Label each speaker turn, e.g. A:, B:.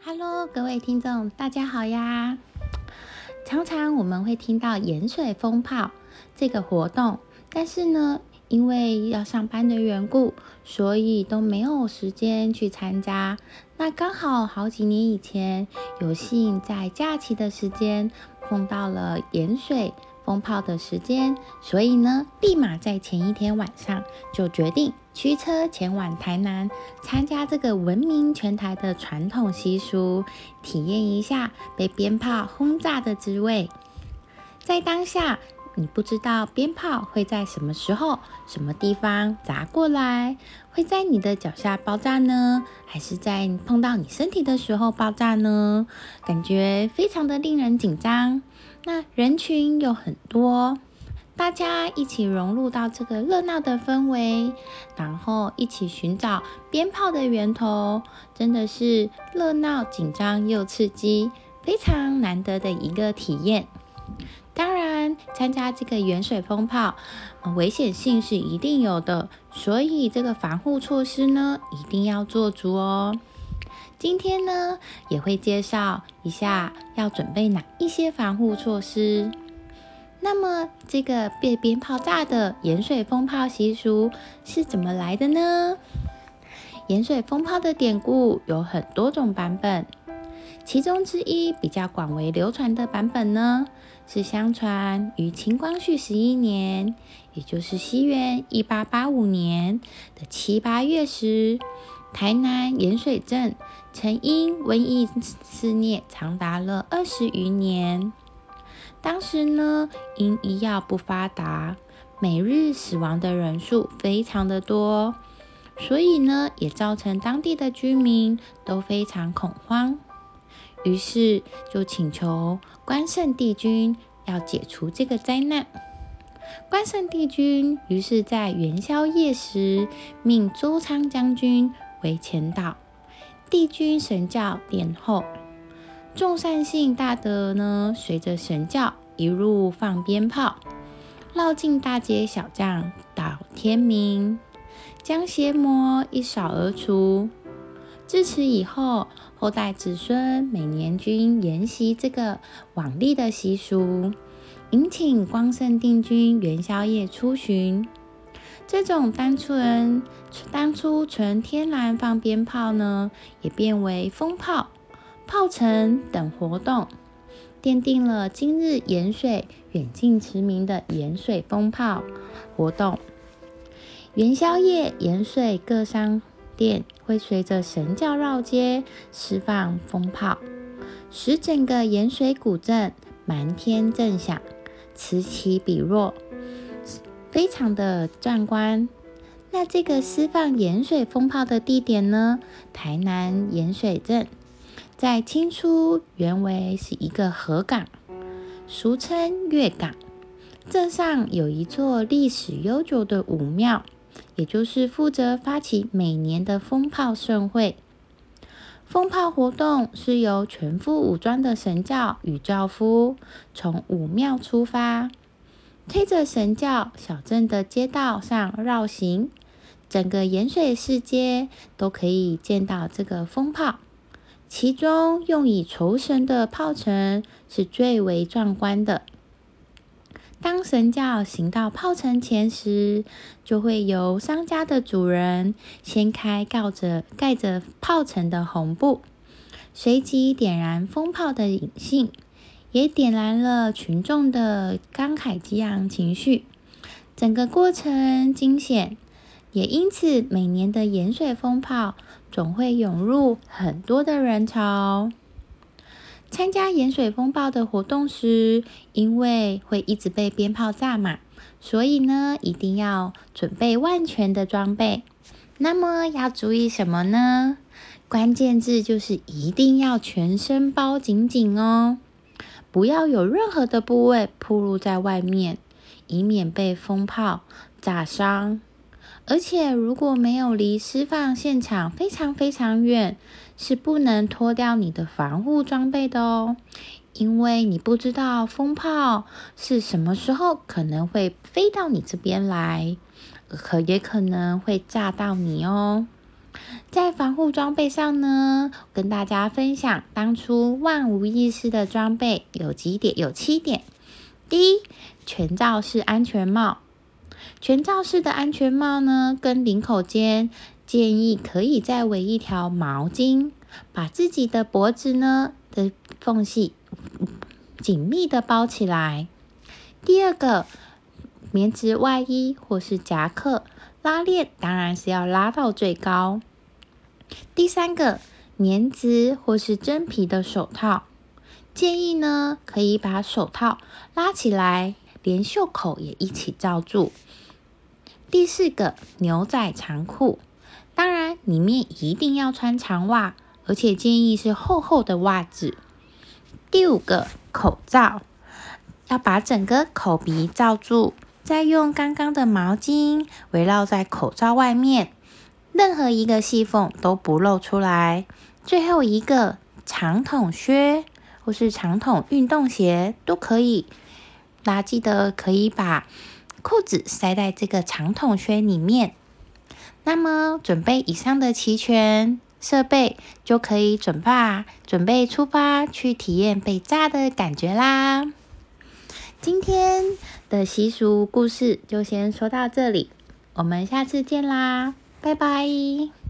A: Hello，各位听众，大家好呀！常常我们会听到盐水风炮这个活动，但是呢，因为要上班的缘故，所以都没有时间去参加。那刚好好几年以前，有幸在假期的时间碰到了盐水风炮的时间，所以呢，立马在前一天晚上就决定驱车前往台南，参加这个闻名全台的传统习俗，体验一下被鞭炮轰炸的滋味。在当下，你不知道鞭炮会在什么时候、什么地方砸过来，会在你的脚下爆炸呢，还是在碰到你身体的时候爆炸呢？感觉非常的令人紧张。那人群有很多，大家一起融入到这个热闹的氛围，然后一起寻找鞭炮的源头，真的是热闹、紧张又刺激，非常难得的一个体验。当然，参加这个盐水风炮，危险性是一定有的，所以这个防护措施呢，一定要做足哦。今天呢，也会介绍一下要准备哪一些防护措施。那么，这个被鞭炮炸的盐水风炮习俗是怎么来的呢？盐水风炮的典故有很多种版本，其中之一比较广为流传的版本呢，是相传于清光绪11年，也就是西元1885年的7、8月时，台南盐水镇曾因瘟疫肆虐长达了20余年。当时呢，因医药不发达，每日死亡的人数非常的多，所以呢，也造成当地的居民都非常恐慌。于是就请求关圣帝君要解除这个灾难。关圣帝君于是在元宵夜时命周仓将军为前导，帝君神教殿后，众善信大德呢，随着神教一路放鞭炮，绕境大街小巷到天明，将邪魔一扫而除。自此以后，后代子孙每年均沿袭这个往例的习俗，迎请关圣帝君元宵夜出巡。这种当初纯天然放鞭炮呢，也变为风炮、炮城等活动，奠定了今日盐水远近驰名的盐水风炮活动。元宵夜，盐水各商店会随着神教绕街释放风炮，使整个盐水古镇满天震响，此起彼落，非常的壮观。那这个释放盐水风炮的地点呢，台南盐水镇，在清初原为是一个河港，俗称月港。镇上有一座历史悠久的武庙，也就是负责发起每年的风炮盛会。风炮活动是由全副武装的神教与轿夫从武庙出发，推着神教小镇的街道上绕行，整个盐水市街都可以见到这个风炮。其中用以酬神的炮城是最为壮观的。当神教行到炮城前时，就会由商家的主人掀开盖着炮城的红布，随即点燃风炮的引信，也点燃了群众的慷慨激昂情绪。整个过程惊险，也因此每年的盐水风炮总会涌入很多的人潮。参加盐水风炮的活动时，因为会一直被鞭炮炸嘛，所以呢，一定要准备万全的装备。那么要注意什么呢？关键字就是一定要全身包紧紧哦，不要有任何的部位暴露在外面，以免被风炮炸伤。而且如果没有离释放现场非常非常远，是不能脱掉你的防护装备的哦，因为你不知道风炮是什么时候可能会飞到你这边来，也可能会炸到你哦。 在防护装备上呢，跟大家分享当初万无一失的装备有7点。第一，全罩式安全帽。全罩式的安全帽呢，跟领口间建议可以再围一条毛巾，把自己的脖子呢的缝隙紧密的包起来。第二个，棉质外衣或是夹克，拉链当然是要拉到最高。第三个，棉质或是真皮的手套，建议呢可以把手套拉起来，连袖口也一起罩住。第四个，牛仔长裤，当然里面一定要穿长袜，而且建议是厚厚的袜子。第五个，口罩，要把整个口鼻罩住，再用刚刚的毛巾围绕在口罩外面，任何一个细缝都不露出来。最后一个，长筒靴或是长筒运动鞋都可以，大家记得可以把裤子塞在这个长筒靴里面。那么准备以上的齐全设备，就可以准备出发去体验被炸的感觉啦。今天的习俗故事就先说到这里，我们下次见啦，拜拜。